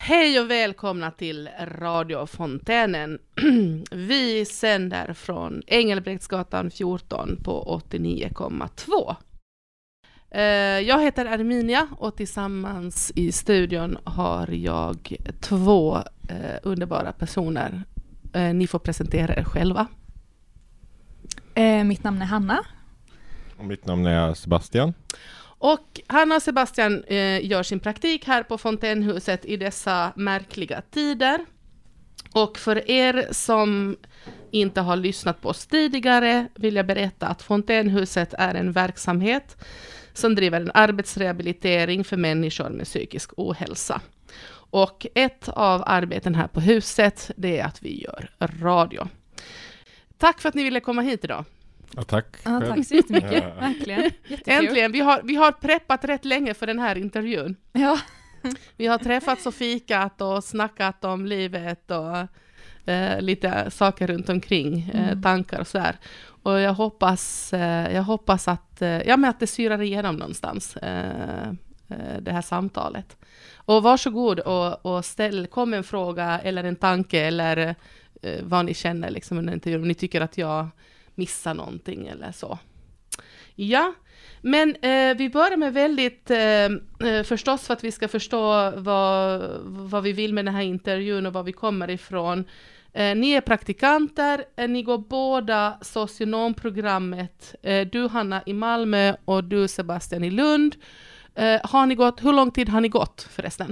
Hej och välkomna till radiofontänen. Vi sänder från Engelbrektsgatan 14 på 89,2. Jag heter Arminia och tillsammans i studion har jag två underbara personer. Ni får presentera er själva. Mitt namn är Hanna. Och mitt namn är Sebastian. Och Hanna och Sebastian gör sin praktik här på Fontänhuset i dessa märkliga tider. Och för er som inte har lyssnat på oss tidigare vill jag berätta att Fontänhuset är en verksamhet som driver en arbetsrehabilitering för människor med psykisk ohälsa. Och ett av arbeten här på huset, det är att vi gör radio. Tack för att ni ville komma hit idag. Ja, tack. Ja, tack så jättemycket. Verkligen. Jättekul. Äntligen, vi har preppat rätt länge för den här intervjun. Ja. Vi har träffats och fikat och snackat om livet och lite saker runt omkring, tankar och så här. Och jag hoppas att, att det syrar igenom någonstans, det här samtalet. Och varsågod och kom en fråga eller en tanke eller vad ni känner liksom under intervjun. Om ni tycker att jag missar någonting eller så. Ja, men vi börjar med väldigt förstås för att vi ska förstå vad vi vill med den här intervjun och var vi kommer ifrån. Ni är praktikanter, ni går båda socionomprogrammet. Du Hanna i Malmö och du Sebastian i Lund. Hur lång tid har ni gått förresten?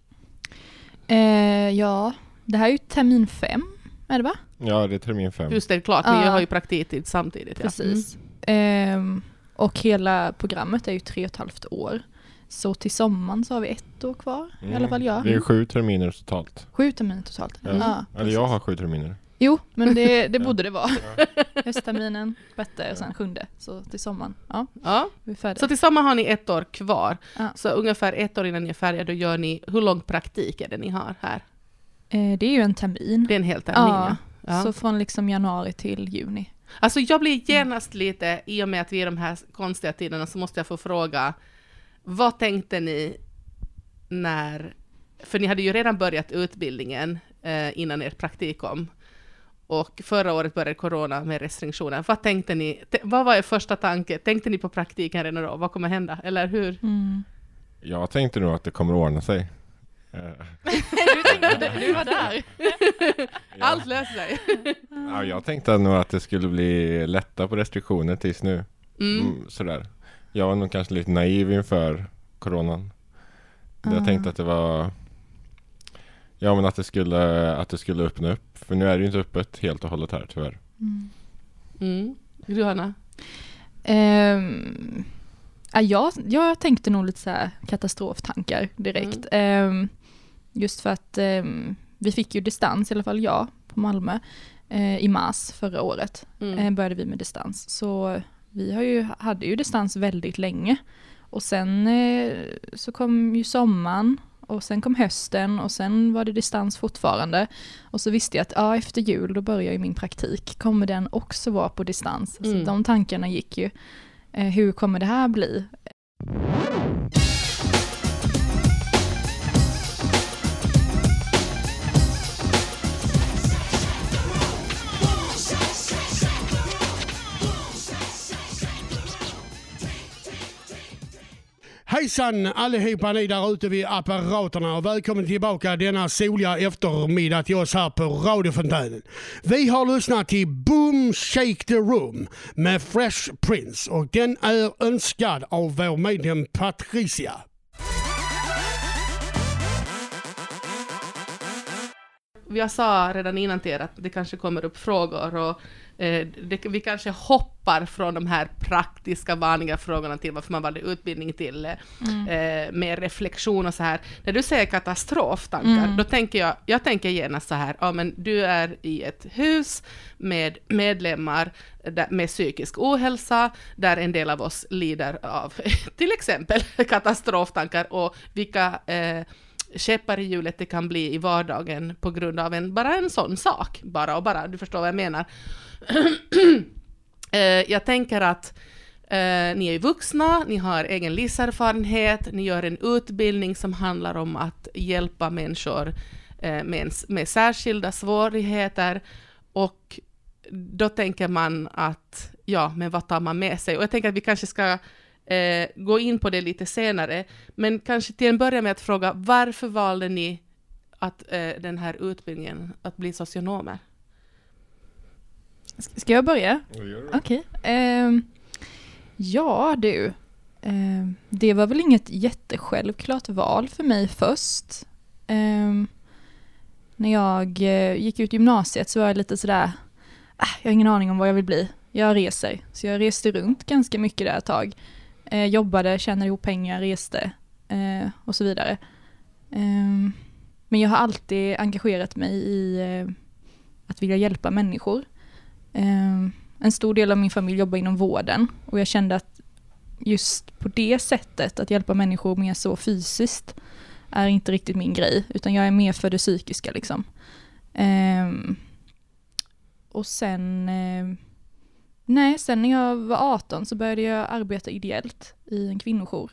Ja, det här är ju termin 5, är det va? Ja, det är termin 5. Just det, klart. Ni har ju praktiktid samtidigt. Ja. Precis. Och hela programmet är ju 3,5 år. Så till sommaren så har vi 1 år kvar. I alla fall jag. Det är 7 terminer totalt. 7 terminer totalt. Ja. Eller jag har 7 terminer. Jo, men det borde det vara. Höstterminen, 6:e och sen 7:e. Så till sommaren. Ja. Vi är färdiga. Så till sommaren har ni 1 år kvar. Ja. Så ungefär 1 år innan ni är färdiga, då gör ni, hur lång praktik är det ni har här? Det är ju en termin. Det är en hel termin, ja. Så från liksom januari till juni. Alltså jag blir genast lite, i och med att vi är de här konstiga tiderna, så måste jag få fråga, vad tänkte ni för ni hade ju redan börjat utbildningen innan ert praktik kom. Och förra året började corona med restriktioner. Vad tänkte ni? Vad var er första tanke? Tänkte ni på praktiken redan då? Vad kommer hända? Eller hur? Jag tänkte nog att det kommer ordna sig. Du var där. Allt löser sig. Ja, jag tänkte nog att det skulle bli lätta på restriktioner tills nu. Sådär. Jag var nog kanske lite naiv inför coronan. Jag tänkte att det var... Ja, men att det skulle öppna upp. För nu är det ju inte öppet helt och hållet här, tyvärr. Du, Hanna? Jag tänkte nog lite så här katastroftankar direkt. Just för att vi fick ju distans, i alla fall jag, på Malmö. I mars förra året började vi med distans. Så vi hade ju distans väldigt länge. Och sen så kom ju sommaren. Och sen kom hösten och sen var det distans fortfarande. Och så visste jag att efter jul då börjar ju min praktik. Kommer den också vara på distans? Så de tankarna gick ju. Hur kommer det här bli? Hejsan allihopa ni där ute vid apparaterna och välkommen tillbaka denna soliga eftermiddag till oss här på radiofontänen. Vi har lyssnat till Boom Shake the Room med Fresh Prince och den är önskad av vår medlem Patricia. Jag sa redan innan till er att det kanske kommer upp frågor och vi kanske hoppar från de här praktiska vanliga frågorna till varför man valde utbildning till mer reflektion och så här. När du säger katastroftankar, då tänker jag tänker genast så här, men du är i ett hus med medlemmar med psykisk ohälsa, där en del av oss lider av till exempel katastroftankar och vilka käppar i hjulet det kan bli i vardagen på grund av bara en sån sak. Bara, du förstår vad jag menar. Jag tänker att Ni är vuxna, ni har egen livserfarenhet, ni gör en utbildning som handlar om att hjälpa människor med särskilda svårigheter, och då tänker man att ja, men vad tar man med sig? Och jag tänker att vi kanske ska gå in på det lite senare, men kanske till en början med att fråga, varför valde ni att den här utbildningen att bli socionomer? Ska jag börja? Okej. Ja du, det var väl inget jättesjälvklart val för mig först. När jag gick ut gymnasiet så var jag lite sådär, jag har ingen aning om vad jag vill bli. Jag reser. Så jag reste runt ganska mycket där ett tag. Jobbade, tjänade ihop pengar, reste och så vidare. Men jag har alltid engagerat mig i att vilja hjälpa människor. En stor del av min familj jobbar inom vården, och jag kände att just på det sättet att hjälpa människor mer så fysiskt är inte riktigt min grej, utan jag är mer för det psykiska liksom. Och sen när jag var 18 så började jag arbeta ideellt i en kvinnojour.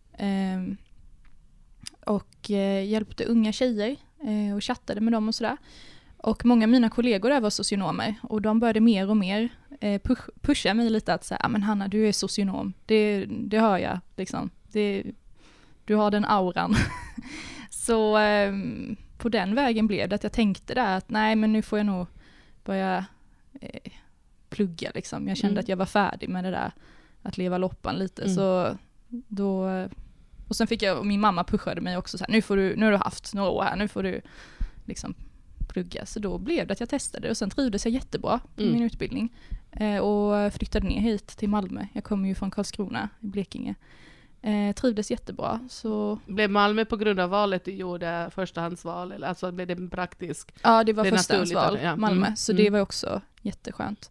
Och hjälpte unga tjejer och chattade med dem och sådär. Och många av mina kollegor där var socionomer, och de började mer och mer pusha mig lite att säga, men Hanna, du är socionom, det hör jag liksom. Du har den auran. Så på den vägen blev det att jag tänkte där att nej, men nu får jag nog börja plugga liksom. Jag kände att jag var färdig med det där att leva loppan lite. Så då, och sen fick jag, och min mamma pushade mig också så här, nu har du haft några år här, nu får du liksom plugga. Så då blev det att jag testade, och sen trivdes jag jättebra på min utbildning och flyttade ner hit till Malmö. Jag kommer ju från Karlskrona i Blekinge. Trivdes jättebra. Så... Blev Malmö på grund av valet du gjorde förstahandsval? Eller? Alltså blev det praktiskt? Ja, det var förstahandsval, Malmö. Så det var också jätteskönt.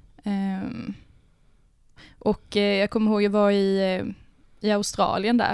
Och jag kommer ihåg, jag var i Australien där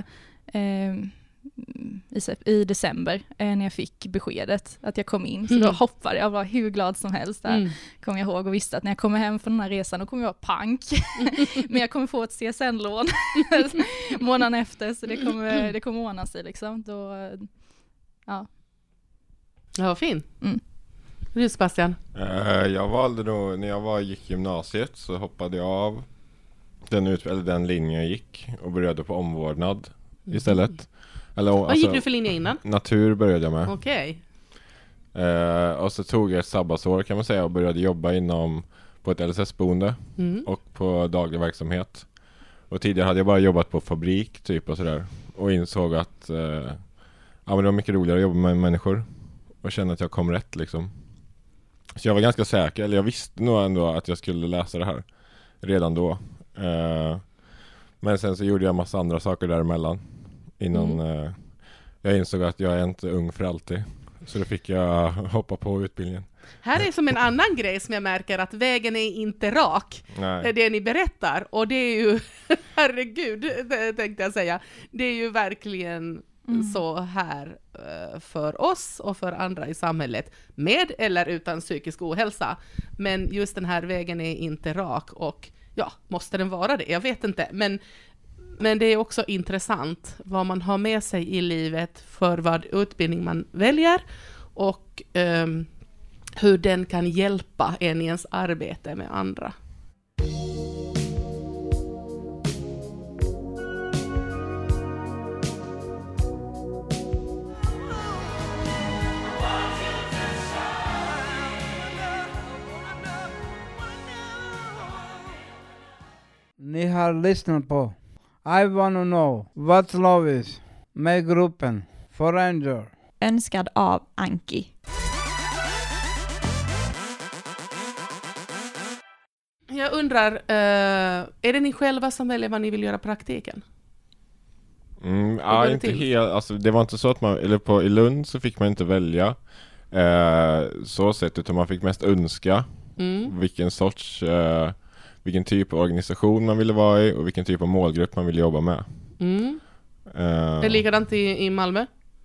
i december när jag fick beskedet att jag kom in. Så då hoppade jag, var hur glad som helst där. Kommer jag ihåg, och visste att när jag kommer hem från den här resan då kommer jag vara pank. Men jag kommer få ett CSN-lån månaden efter, så det kommer ordna sig liksom. Då, ja. Ja, vad fin. Du, Sebastian? Jag valde då, när jag gick gymnasiet så hoppade jag av den linjen jag gick och började på omvårdnad istället. Vad gick du för linje innan? Natur började jag med. Okej. Och så tog jag ett sabbatsår kan man säga och började jobba på ett LSS-boende och på daglig verksamhet. Och tidigare hade jag bara jobbat på fabrik typ och sådär. Och insåg att men det var mycket roligare att jobba med människor. Och kände att jag kom rätt liksom. Så jag var ganska säker, eller jag visste nog ändå att jag skulle läsa det här redan då. Men sen så gjorde jag massa andra saker däremellan. Innan jag insåg att jag är inte ung för alltid. Så då fick jag hoppa på utbildningen. Här är som en annan grej som jag märker, att vägen är inte rak. Nej. Det ni berättar. Och det är ju, herregud, tänkte jag säga. Det är ju verkligen så här för oss och för andra i samhället. Med eller utan psykisk ohälsa. Men just den här vägen är inte rak. Och ja, måste den vara det? Jag vet inte. Men det är också intressant vad man har med sig i livet för vad utbildning man väljer och hur den kan hjälpa en i ens arbete med andra. Ni har lyssnat på I wanna know what love is med gruppen Foreigner. Önskad av Anki. Jag undrar, är det ni själva som väljer vad ni vill göra praktiken? Ja, inte helt. Alltså, det var inte så att i Lund så fick man inte välja så sett, utan man fick mest önska vilken typ av organisation man ville vara i och vilken typ av målgrupp man ville jobba med. Är det likadant i Malmö?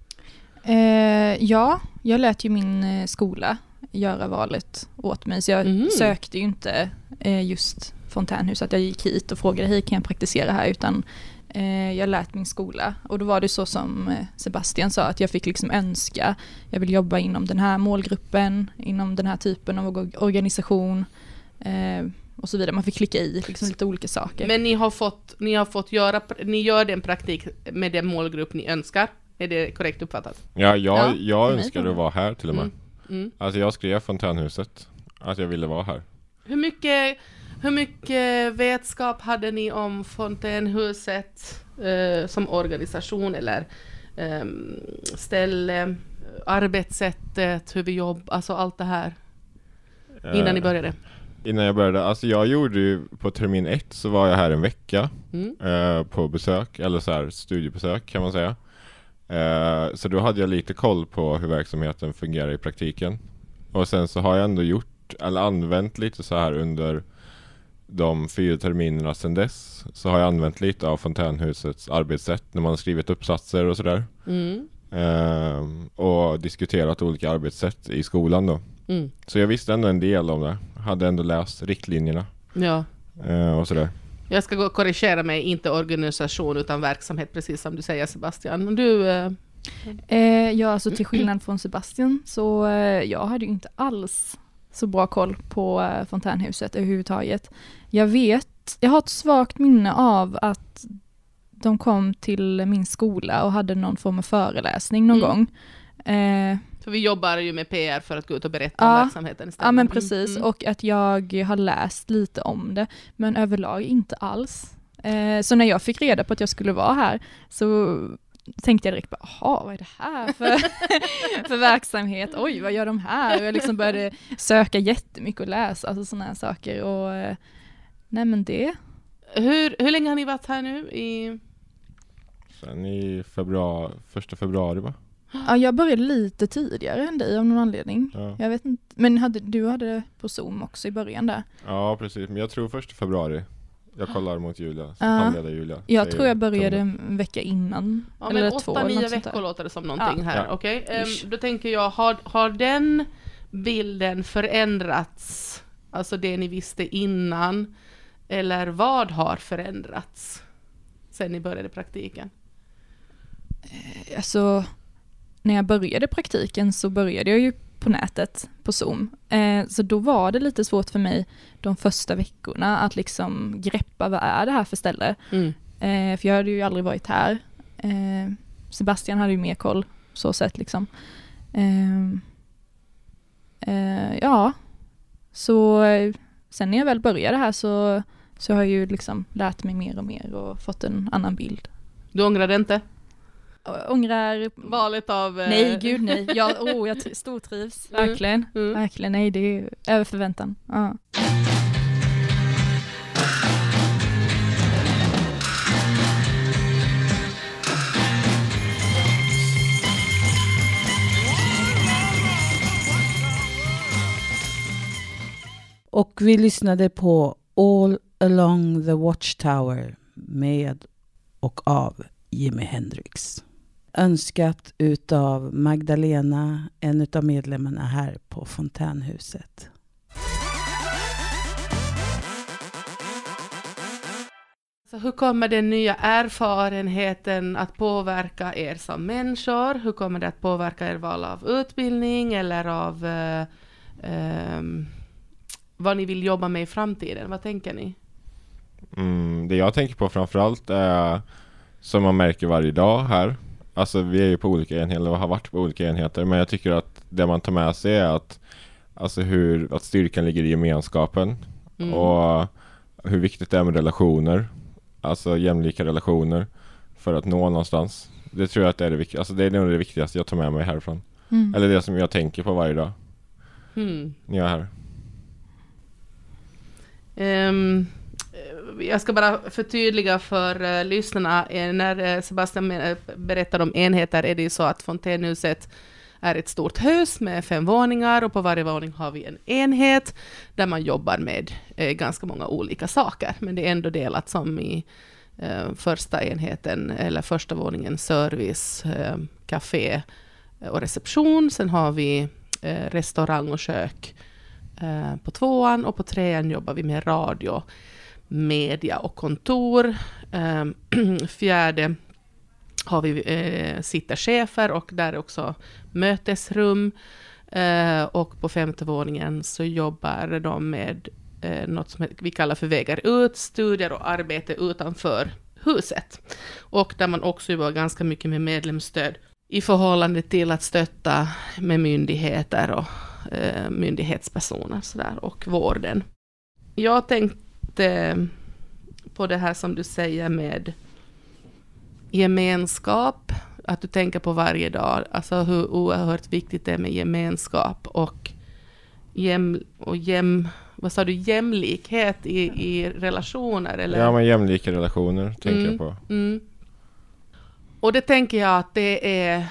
Ja, jag lät ju min skola göra valet åt mig, så jag sökte ju inte just Fontänhus, att jag gick hit och frågade, hej, kan jag praktisera här? Utan jag lät min skola. Och då var det så som Sebastian sa, att jag fick liksom önska, jag vill jobba inom den här målgruppen, inom den här typen av organisation och så vidare. Man fick klicka i liksom lite olika saker. Men ni gör den praktik med den målgrupp ni önskar. Är det korrekt uppfattat? Ja, jag önskade att vara här till och med. Mm. Alltså jag skrev Fontänhuset att jag ville vara här. Hur mycket vetskap hade ni om Fontänhuset som organisation eller ställe, arbetssättet, hur vi jobbar, alltså allt det här innan ni började? Innan jag började, alltså jag gjorde ju på termin 1 så var jag här en vecka på besök, eller så här studiebesök kan man säga. Så då hade jag lite koll på hur verksamheten fungerar i praktiken. Och sen så har jag ändå använt lite så här under de 4 terminerna sedan dess, så har jag använt lite av Fontänhusets arbetssätt när man har skrivit uppsatser och sådär. Och diskuterat olika arbetssätt i skolan då. Så jag visste ändå en del om det. Hade ändå läst riktlinjerna. Ja. Och sådär. Jag ska korrigera mig, inte organisation utan verksamhet, precis som du säger, Sebastian. Du... Ja, alltså till skillnad från Sebastian så jag hade ju inte alls så bra koll på Fontänhuset överhuvudtaget. Jag har ett svagt minne av att de kom till min skola och hade någon form av föreläsning någon gång. För vi jobbar ju med PR för att gå ut och berätta om verksamheten istället. Ja, men precis. Och att jag har läst lite om det, men överlag inte alls. Så när jag fick reda på att jag skulle vara här så tänkte jag direkt bara, vad är det här för verksamhet? Oj, vad gör de här? Och jag liksom började söka jättemycket och läsa, alltså sådana här saker. Och nej, men det... Hur länge har ni varit här nu? Sen i 1 februari va? Ja, jag började lite tidigare än dig av någon anledning. Ja. Jag vet inte. Men du hade på Zoom också i början där. Ja, precis. Men jag tror 1 februari. Jag kollar mot Julia. Handledar Julia. Jag tror jag började en vecka innan. Ja, eller men 2 8-9 veckor låter det som någonting här. Ja. Okej. Då tänker jag, har den bilden förändrats? Alltså det ni visste innan? Eller vad har förändrats sen ni började praktiken? Alltså, när jag började praktiken så började jag ju på nätet, på Zoom. Så då var det lite svårt för mig de första veckorna att liksom greppa vad är det här för ställe. För jag hade ju aldrig varit här. Sebastian hade ju mer koll så sätt liksom. Ja, så sen när jag väl började här så har jag ju liksom lärt mig mer och mer och fått en annan bild. Du ångrar det inte? Ångrar valet av... Nej, gud nej. Jag stortrivs. Verkligen. Verkligen, nej, det är över förväntan. Ja. Och vi lyssnade på All Along the Watchtower med och av Jimi Hendrix. Önskat utav Magdalena, en utav medlemmarna här på Fontänhuset. Så hur kommer den nya erfarenheten att påverka er som människor? Hur kommer det att påverka er val av utbildning eller av vad ni vill jobba med i framtiden? Vad tänker ni? Det jag tänker på framförallt är, som man märker varje dag här, alltså vi är ju på olika enheter och har varit på olika enheter, men jag tycker att det man tar med sig är att, alltså att styrkan ligger i gemenskapen och hur viktigt det är med relationer, alltså jämlika relationer för att nå någonstans. Det tror jag att det är det viktigaste, alltså det är nog det viktigaste jag tar med mig härifrån. Eller det som jag tänker på varje dag när jag är här. Jag ska bara förtydliga för lyssnarna. När Sebastian berättar om enheter är det så att Fontänhuset är ett stort hus med 5 våningar och på varje våning har vi en enhet där man jobbar med ganska många olika saker. Men det är ändå delat som i första enheten eller första våningen service, café och reception. Sen har vi restaurang och kök på 2:an och på 3:an jobbar vi med radio. media och kontor. 4 har vi sitter chefer och där är också mötesrum. Och på 5:e våningen så jobbar de med något som vi kallar för vägar ut, studier och arbete utanför huset. Och där man också jobbar ganska mycket med medlemsstöd i förhållande till att stötta med myndigheter och myndighetspersoner sådär, och vården. Jag tänkte på det här som du säger med gemenskap, att du tänker på varje dag, alltså hur oerhört viktigt det är med gemenskap och vad sa du, jämlikhet i relationer? Eller? Ja, men jämlika relationer tänker jag på. Mm. Och det tänker jag att det är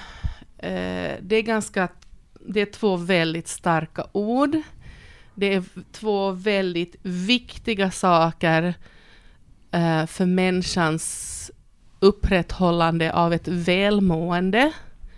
2 väldigt starka ord. Det är 2 väldigt viktiga saker för människans upprätthållande av ett välmående.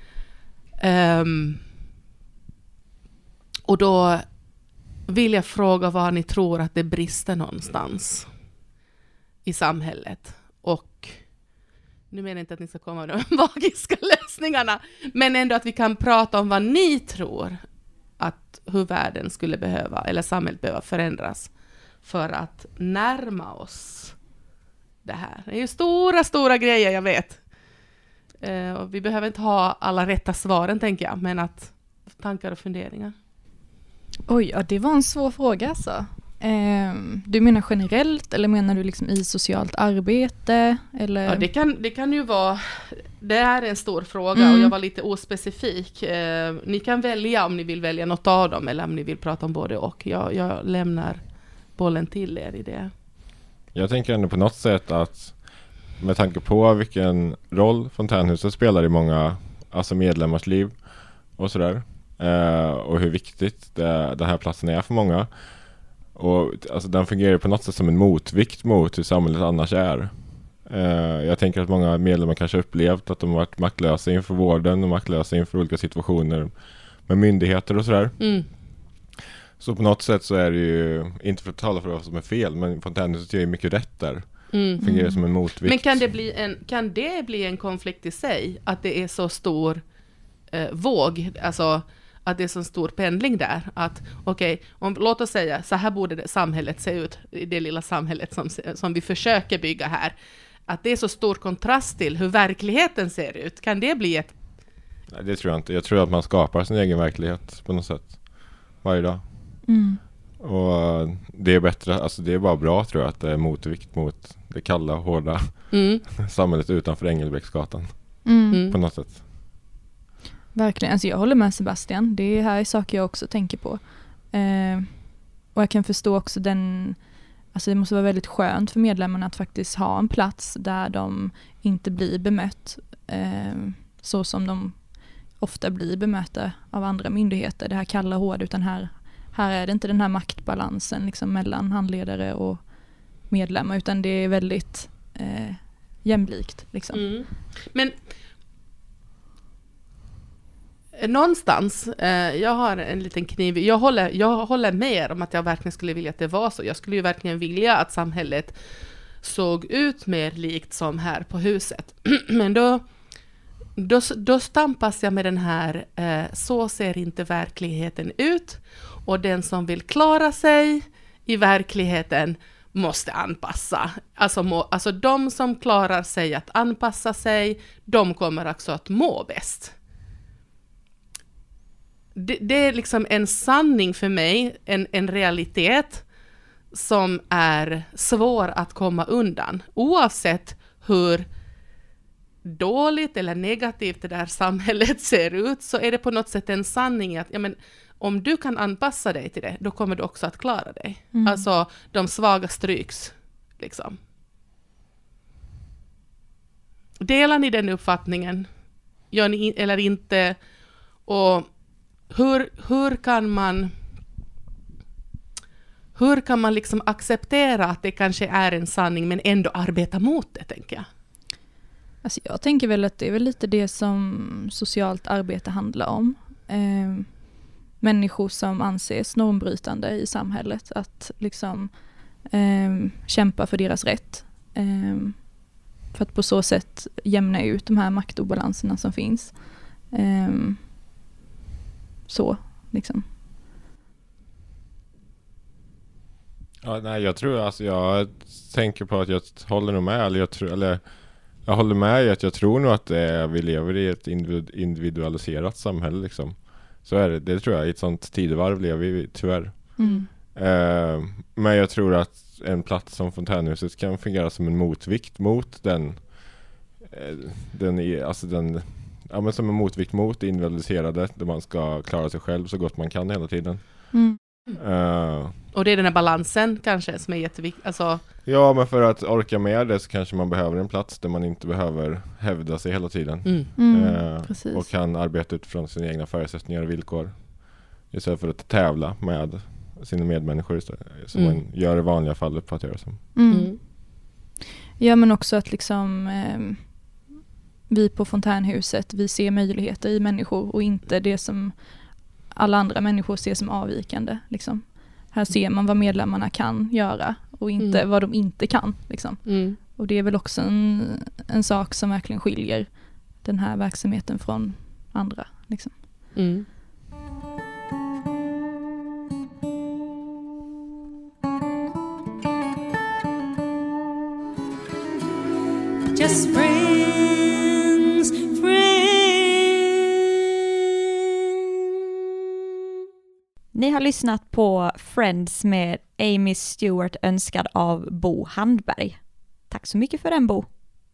Och då vill jag fråga var ni tror att det brister någonstans i samhället. Och nu menar jag inte att ni ska komma med de magiska lösningarna, men ändå att vi kan prata om vad ni tror att hur världen skulle behöva, eller samhället behöver förändras för att närma oss det här. Det är ju stora grejer, jag vet. Och vi behöver inte ha alla rätta svaren, tänker jag, men att tankar och funderingar. Oj, ja, det var en svår fråga alltså. Du menar generellt eller menar du liksom i socialt arbete? Eller? Ja, det kan ju vara, det är en stor fråga och jag var lite ospecifik. Ni kan välja om ni vill välja något av dem eller om ni vill prata om både och. Jag lämnar bollen till er i det. Jag tänker ändå på något sätt att med tanke på vilken roll Fontänhuset spelar i många medlemmars liv och sådär, och hur viktigt den här platsen är för många. Och alltså, den fungerar på något sätt som en motvikt mot hur samhället annars är. Jag tänker att många medlemmar kanske upplevt att de har varit maktlösa inför vården och maktlösa inför olika situationer med myndigheter och sådär. Så på något sätt så är det ju, inte för att tala för vad som är fel, men Fontänhuset gör ju mycket rätt där. Fungerar som en motvikt. Men kan det bli en konflikt i sig? Att det är så stor våg, alltså att det är så stor pendling där, att låt oss säga, så här borde det samhället se ut, i det lilla samhället som vi försöker bygga här, att det är så stor kontrast till hur verkligheten ser ut. Kan det bli ett... Nej, det tror jag inte. Jag tror att man skapar sin egen verklighet på något sätt varje dag. Och det är bättre, alltså det är bara bra tror jag att det är motvikt mot det kalla, hårda samhället utanför Engelbrektsgatan på något sätt. Verkligen, alltså jag håller med Sebastian. Det här är saker jag också tänker på. Och jag kan förstå också alltså det måste vara väldigt skönt för medlemmarna att faktiskt ha en plats där de inte blir bemött så som de ofta blir bemötta av andra myndigheter. Det här kalla hård, utan här är det inte den här maktbalansen liksom mellan handledare och medlemmar, utan det är väldigt jämlikt. Liksom. Men någonstans, jag har en liten kniv. Jag håller med om att jag verkligen skulle vilja att det var så. Jag skulle ju verkligen vilja att samhället såg ut mer likt som här på huset. Men då stampas jag med den här, så ser inte verkligheten ut. Och den som vill klara sig i verkligheten måste anpassa. Alltså de som klarar sig att anpassa sig, de kommer också att må bäst. Det är liksom en sanning för mig, en realitet som är svår att komma undan. Oavsett hur dåligt eller negativt det där samhället ser ut, så är det på något sätt en sanning att om du kan anpassa dig till det, då kommer du också att klara dig. Alltså de svaga stryks liksom. Delar ni den uppfattningen? Gör ni eller inte? Och hur kan man liksom acceptera att det kanske är en sanning men ändå arbeta mot det, tänker jag? Alltså jag tänker väl att det är väl lite det som socialt arbete handlar om. Människor som anses normbrytande i samhället. Att liksom kämpa för deras rätt. För att på så sätt jämna ut de här maktobalanserna som finns. Så, liksom. Ja, nej, jag tänker på att jag håller nog med. Jag håller med i att jag tror nog att vi lever i ett individualiserat samhälle liksom. Så är det. Det tror jag. I ett sånt tidevarv lever vi tyvärr. Men jag tror att en plats som Fontänhuset kan fungera som en motvikt mot som en motvikt mot det individualiserade, där man ska klara sig själv så gott man kan hela tiden. Och det är den här balansen kanske som är jätteviktig. Alltså... Ja, men för att orka med det så kanske man behöver en plats där man inte behöver hävda sig hela tiden. Och kan arbeta utifrån sina egna förutsättningar och villkor. Istället för att tävla med sina medmänniskor som man gör i vanliga fall, uppfattar jag det som. Ja, men också att liksom vi på Fontänhuset, vi ser möjligheter i människor och inte det som alla andra människor ser som avvikande. Liksom. Här ser man vad medlemmarna kan göra och inte vad de inte kan. Liksom. Och det är väl också en sak som verkligen skiljer den här verksamheten från andra. Liksom. Just friends. Ni har lyssnat på Friends med Amy Stewart, önskad av Bo Handberg. Tack så mycket för den, Bo.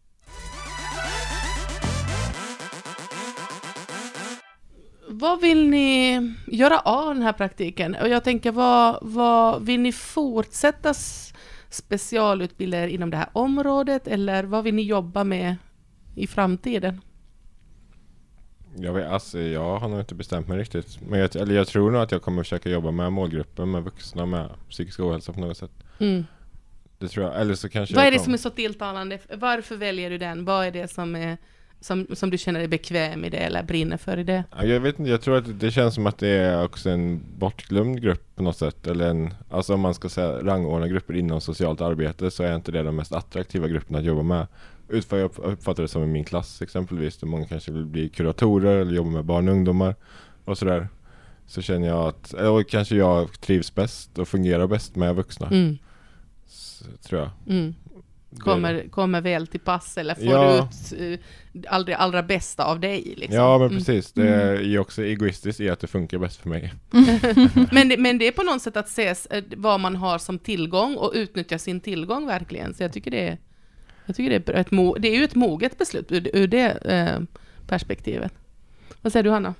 Vad vill ni göra av den här praktiken? Och jag tänker, vad vill ni fortsätta specialutbilda er inom det här området, eller vad vill ni jobba med i framtiden? Jag har nog inte bestämt mig riktigt. Men jag tror nog att jag kommer försöka jobba med målgruppen, med vuxna, med psykisk ohälsa på något sätt. Det tror jag. Eller så kanske vad är det som är så tilltalande? Varför väljer du den? Vad är det som du känner dig bekväm i det eller brinner för i det? Jag vet inte, jag tror att det känns som att det är också en bortglömd grupp på något sätt. Eller alltså om man ska säga rangordna grupper inom socialt arbete, så är inte det de mest attraktiva grupperna att jobba med. Jag uppfattar det som i min klass exempelvis, där många kanske vill bli kuratorer eller jobba med barn och ungdomar och sådär. Så känner jag att kanske jag trivs bäst och fungerar bäst med vuxna. Så, tror jag. Kommer väl till pass, eller får ut det allra bästa av dig liksom. Ja, men precis. Det är ju också egoistiskt i att det funkar bäst för mig. men det är på något sätt att se vad man har som tillgång och utnyttja sin tillgång verkligen. Så jag tycker det är ju ett moget beslut ur det perspektivet. Vad säger du, Hanna?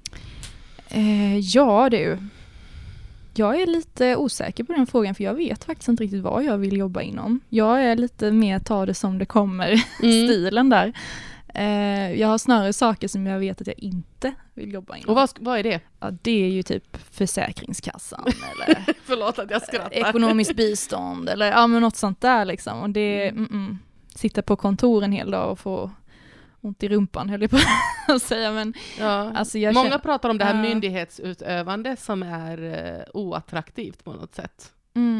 Ja, det är ju. Jag är lite osäker på den frågan, för jag vet faktiskt inte riktigt vad jag vill jobba inom. Jag är lite mer ta det som det kommer stilen där. Jag har snarare saker som jag vet att jag inte vill jobba inom. Och vad är det? Ja, det är ju typ Försäkringskassan eller förlåt att jag skrattar. Ekonomiskt bistånd eller men något sånt där liksom. Och det sitta på kontor en hel dag och få ont i rumpan, höll jag på att säga. Men, alltså många pratar om det här myndighetsutövande som är oattraktivt på något sätt.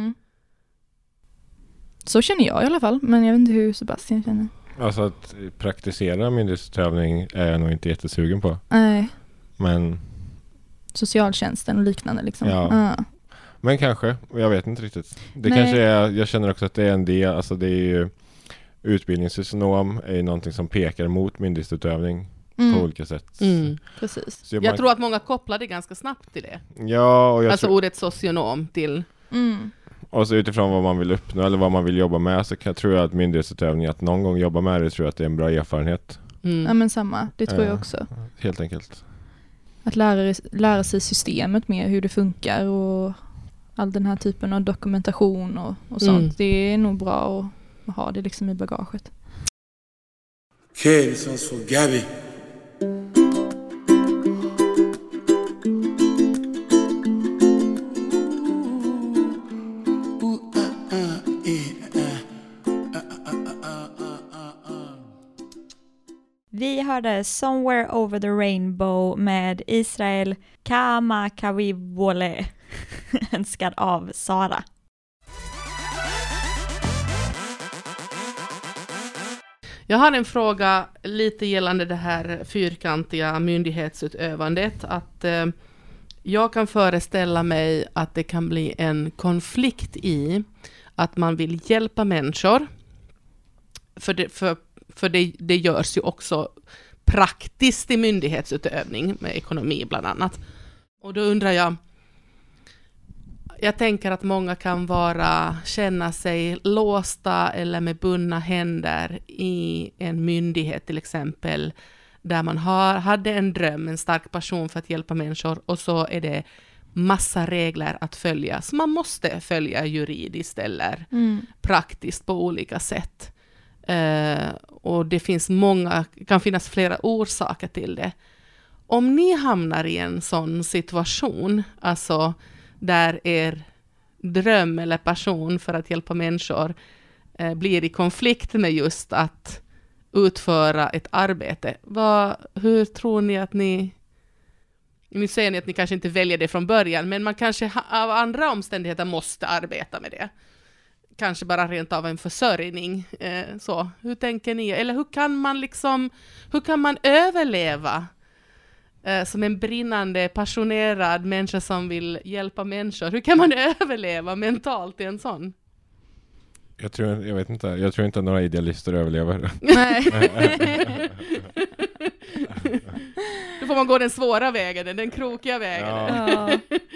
Så känner jag i alla fall, men jag vet inte hur Sebastian känner. Alltså att praktisera myndighetsutövning är jag nog inte jättesugen på. Nej. Men socialtjänsten och liknande liksom. Ja. Men kanske, jag vet inte riktigt. Det kanske är, jag känner också att det är en del, alltså det är ju utbildningssocionom är ju någonting som pekar mot myndighetsutövning på olika sätt. Precis. Så jag tror att många kopplar det ganska snabbt till det. Ja, och alltså ordet socionom till... Och så utifrån vad man vill uppnå eller vad man vill jobba med, så tror jag att myndighetsutövning, att någon gång jobba med det, tror jag att det är en bra erfarenhet. Ja, men samma. Det tror jag också. Helt enkelt. Att lära sig systemet med hur det funkar och all den här typen av dokumentation och sånt. Det är nog bra att ha det liksom i bagaget. Okay, this one's for Gabby. Vi hörde Somewhere Over the Rainbow med Israel Kamakawiwole, önskad av Sara. Jag har en fråga lite gällande det här fyrkantiga myndighetsutövandet. Att jag kan föreställa mig att det kan bli en konflikt i att man vill hjälpa människor. För det görs ju också praktiskt i myndighetsutövning med ekonomi bland annat. Och då undrar jag tänker att många kan känna sig låsta eller med bundna händer i en myndighet till exempel, där man hade en dröm, en stark passion för att hjälpa människor, och så är det massa regler att följa som man måste följa juridiskt eller praktiskt på olika sätt. Och det kan finnas flera orsaker till det. Om ni hamnar i en sån situation, alltså där er dröm eller passion för att hjälpa människor blir i konflikt med just att utföra ett arbete. Hur tror ni att nu säger ni att ni kanske inte väljer det från början, men man kanske av andra omständigheter måste arbeta med det. Kanske bara rent av en försörjning. Så. Hur tänker ni? Eller hur kan man överleva som en brinnande, passionerad människa som vill hjälpa människor? Hur kan man överleva mentalt i en sån? Jag tror inte att några idealister överlever. Nej. Då får man gå den svåra vägen, den krokiga vägen. Ja.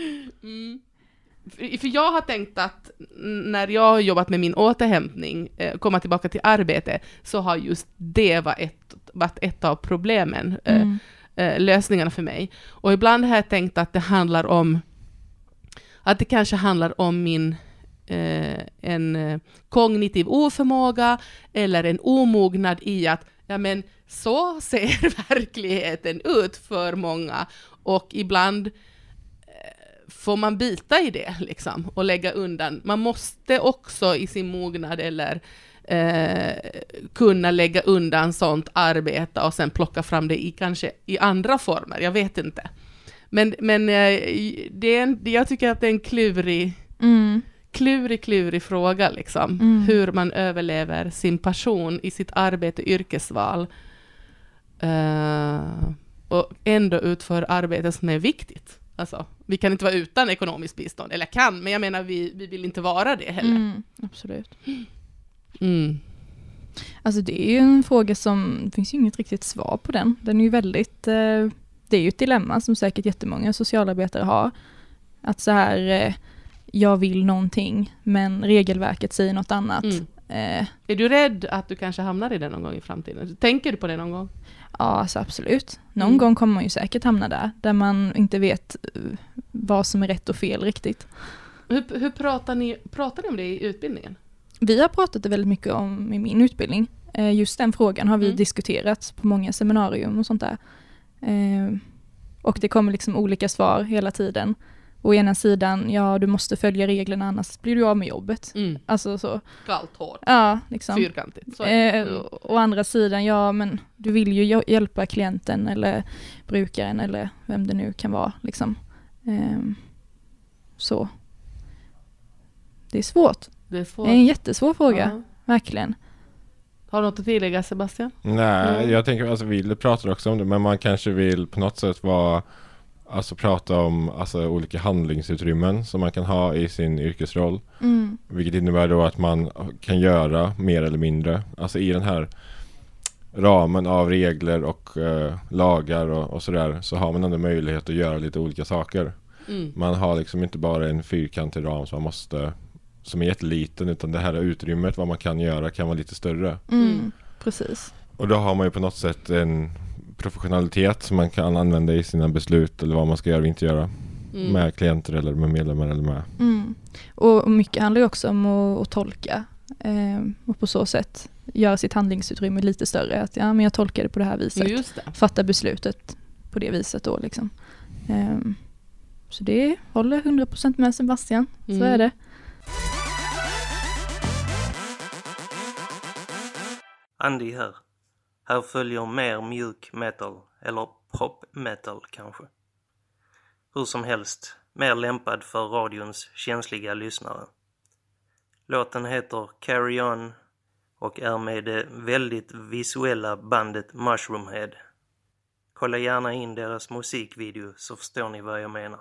För jag har tänkt att när jag har jobbat med min återhämtning, komma tillbaka till arbete, så har just det varit ett av problemen, lösningarna för mig. Och ibland har jag tänkt att det kanske handlar om en kognitiv oförmåga eller en omognad i att så ser verkligheten ut för många, och ibland får man bita i det liksom, och lägga undan. Man måste också i sin mognad eller kunna lägga undan sånt arbete och sen plocka fram det kanske i andra former. Jag vet inte. Men jag tycker att det är en klurig fråga liksom. Hur man överlever sin passion i sitt arbete, yrkesval, och ändå utför arbete som är viktigt. Alltså, vi kan inte vara utan ekonomiskt bistånd, eller men jag menar vi vill inte vara det heller. Absolut. Alltså det är ju en fråga det finns ju inget riktigt svar på den. Den är ju väldigt, det är ju ett dilemma som säkert jättemånga socialarbetare har. Att så här, jag vill någonting, men regelverket säger något annat. Är du rädd att du kanske hamnar i det någon gång i framtiden? Tänker du på det någon gång? Ja, alltså absolut. Någon gång kommer man ju säkert hamna där man inte vet vad som är rätt och fel riktigt. Hur pratar ni om det i utbildningen? Vi har pratat väldigt mycket om i min utbildning. Just den frågan har vi diskuterat på många seminarium och sånt där. Och det kommer liksom olika svar hela tiden. Å ena sidan, du måste följa reglerna, annars blir du av med jobbet. Alltså så. Kallt, hårt. Ja, liksom. Fyrkantigt. Å andra sidan, men du vill ju hjälpa klienten eller brukaren eller vem det nu kan vara. Liksom. Så. Det är svårt. Det är en jättesvår fråga, verkligen. Har du något att tillägga, Sebastian? Nej, jag tänker, vi pratar också om det, men man kanske vill på något sätt prata om olika handlingsutrymmen som man kan ha i sin yrkesroll. Vilket innebär då att man kan göra mer eller mindre. Alltså i den här ramen av regler och lagar och sådär, så har man ändå möjlighet att göra lite olika saker. Man har liksom inte bara en fyrkantig ram som är jätteliten, utan det här utrymmet, vad man kan göra, kan vara lite större. Precis. Och då har man ju på något sätt en professionalitet som man kan använda i sina beslut, eller vad man ska göra och inte göra med klienter eller med medlemmar eller med. Och mycket handlar ju också om att tolka och på så sätt göra sitt handlingsutrymme lite större. Att men jag tolkar det på det här viset. Just det. Fatta beslutet på det viset då liksom. Så det håller 100% med Sebastian. Så är det. Andy här. Här följer mer mjuk metal, eller pop metal kanske. Hur som helst, mer lämpad för radions känsliga lyssnare. Låten heter Carry On och är med det väldigt visuella bandet Mushroomhead. Kolla gärna in deras musikvideo så förstår ni vad jag menar.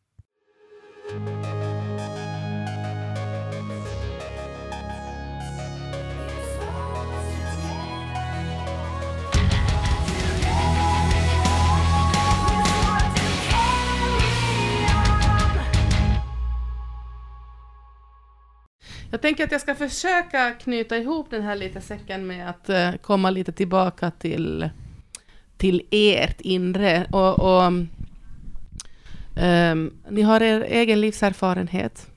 Jag tänker att jag ska försöka knyta ihop den här lite säcken med att komma lite tillbaka till ert inre. Ni har er egen livserfarenhet.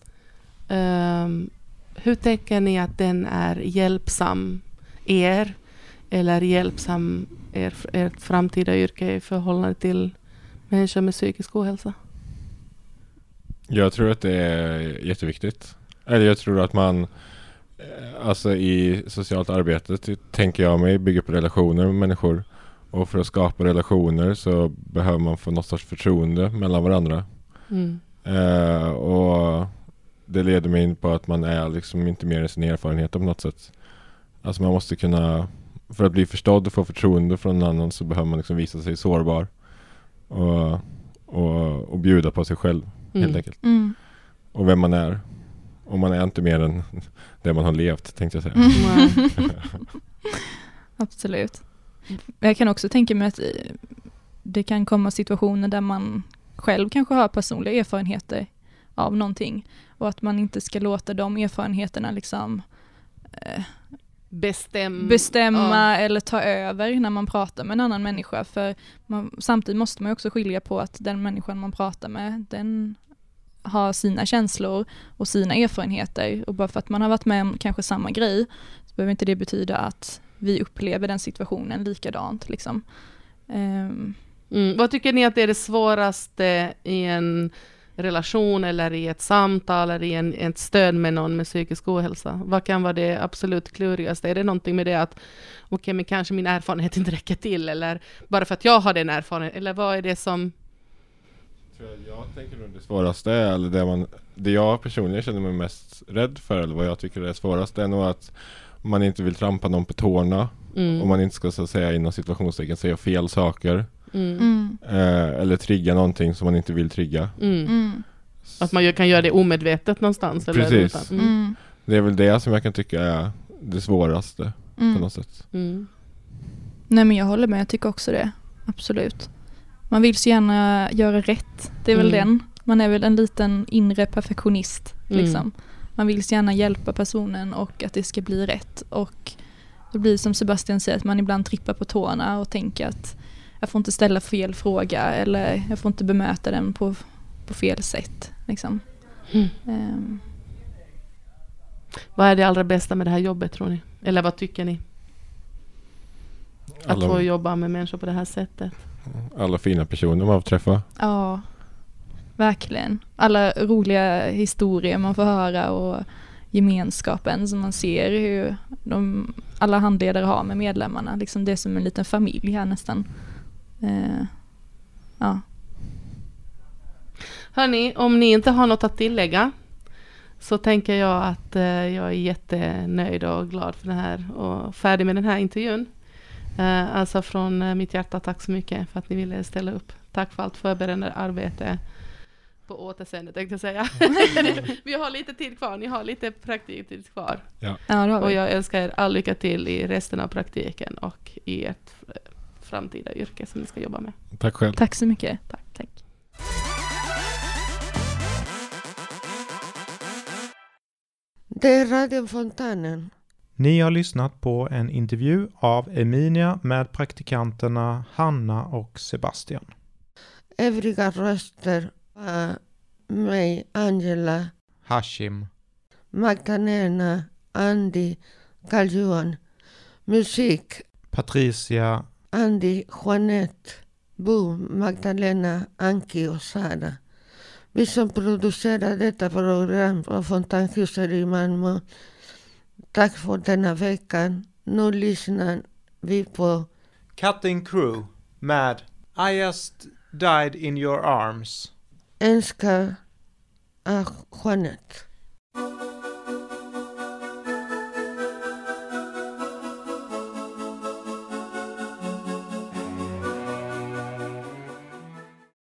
Hur tänker ni att den är hjälpsam er eller hjälpsam ert framtida yrke i förhållande till människor med psykisk ohälsa? Jag tror att det är jätteviktigt. Eller jag tror att man, alltså i socialt arbete tänker jag mig, bygger på relationer med människor. Och för att skapa relationer så behöver man få något sorts förtroende mellan varandra. Och det leder mig in på att man är liksom inte mer än sin erfarenhet på något sätt. Alltså man måste kunna, för att bli förstådd och få förtroende från någon annan så behöver man liksom visa sig sårbar. Och bjuda på sig själv helt enkelt. Och vem man är. Och man är inte mer än det man har levt, tänkte jag säga. Absolut. Jag kan också tänka mig att det kan komma situationer där man själv kanske har personliga erfarenheter av någonting. Och att man inte ska låta de erfarenheterna liksom bestämma eller ta över när man pratar med en annan människa. För samtidigt måste man också skilja på att den människan man pratar med, den har sina känslor och sina erfarenheter. Och bara för att man har varit med om kanske samma grej så behöver inte det betyda att vi upplever den situationen likadant. Liksom. Vad tycker ni att det är det svåraste i en relation eller i ett samtal eller i ett stöd med någon med psykisk ohälsa? Vad kan vara det absolut klurigaste? Är det någonting med det att men kanske min erfarenhet inte räcker till eller bara för att jag har den erfarenheten? Eller vad är det som... Jag tänker nog det svåraste eller det jag personligen känner mig mest rädd för eller vad jag tycker är svårast är nog att man inte vill trampa någon på tårna och man inte ska så att säga inom situationstecken säga fel saker eller trigga någonting som man inte vill trigga. Att man kan göra det omedvetet någonstans. Precis. Eller det är väl det som jag kan tycka är det svåraste på något sätt. Nej, men jag håller med, jag tycker också det. Absolut. Man vill så gärna göra rätt. Det är väl den. Man är väl en liten inre perfektionist. Liksom. Man vill så gärna hjälpa personen och att det ska bli rätt. Och det blir som Sebastian säger att man ibland trippar på tårna och tänker att jag får inte ställa fel fråga eller jag får inte bemöta den på fel sätt. Liksom. Vad är det allra bästa med det här jobbet tror ni? Eller vad tycker ni? Att få jobba med människor på det här sättet. Alla fina personer man får träffa. Ja, verkligen. Alla roliga historier man får höra och gemenskapen som man ser hur alla handledare har med medlemmarna. Liksom det är som en liten familj här nästan. Ja. Hörni, om ni inte har något att tillägga så tänker jag att jag är jättenöjd och glad för det här och färdig med den här intervjun. Alltså från mitt hjärta, tack så mycket för att ni ville ställa upp. Tack för allt förberedande arbete på återseende tänkte jag säga. Vi har lite tid kvar, ni har lite praktiktid kvar. Ja. Och jag önskar er all lycka till i resten av praktiken och i ett framtida yrke som ni ska jobba med. Tack själv. Tack så mycket. Tack. Det är Radio Fontanen. Ni har lyssnat på en intervju av Emilia med praktikanterna Hanna och Sebastian. Övriga röster var mig, Angela, Hashim, Magdalena, Andy, Carl-Johan. Musik, Patricia, Andy, Juanette, Bo, Magdalena, Anki och Sara. Vi som producerar detta program på Fontanhuset i Malmö. Tack för denna veckan. Nu lyssnar vi på Cutting Crew med I Just Died in Your Arms. Önskar Juanette.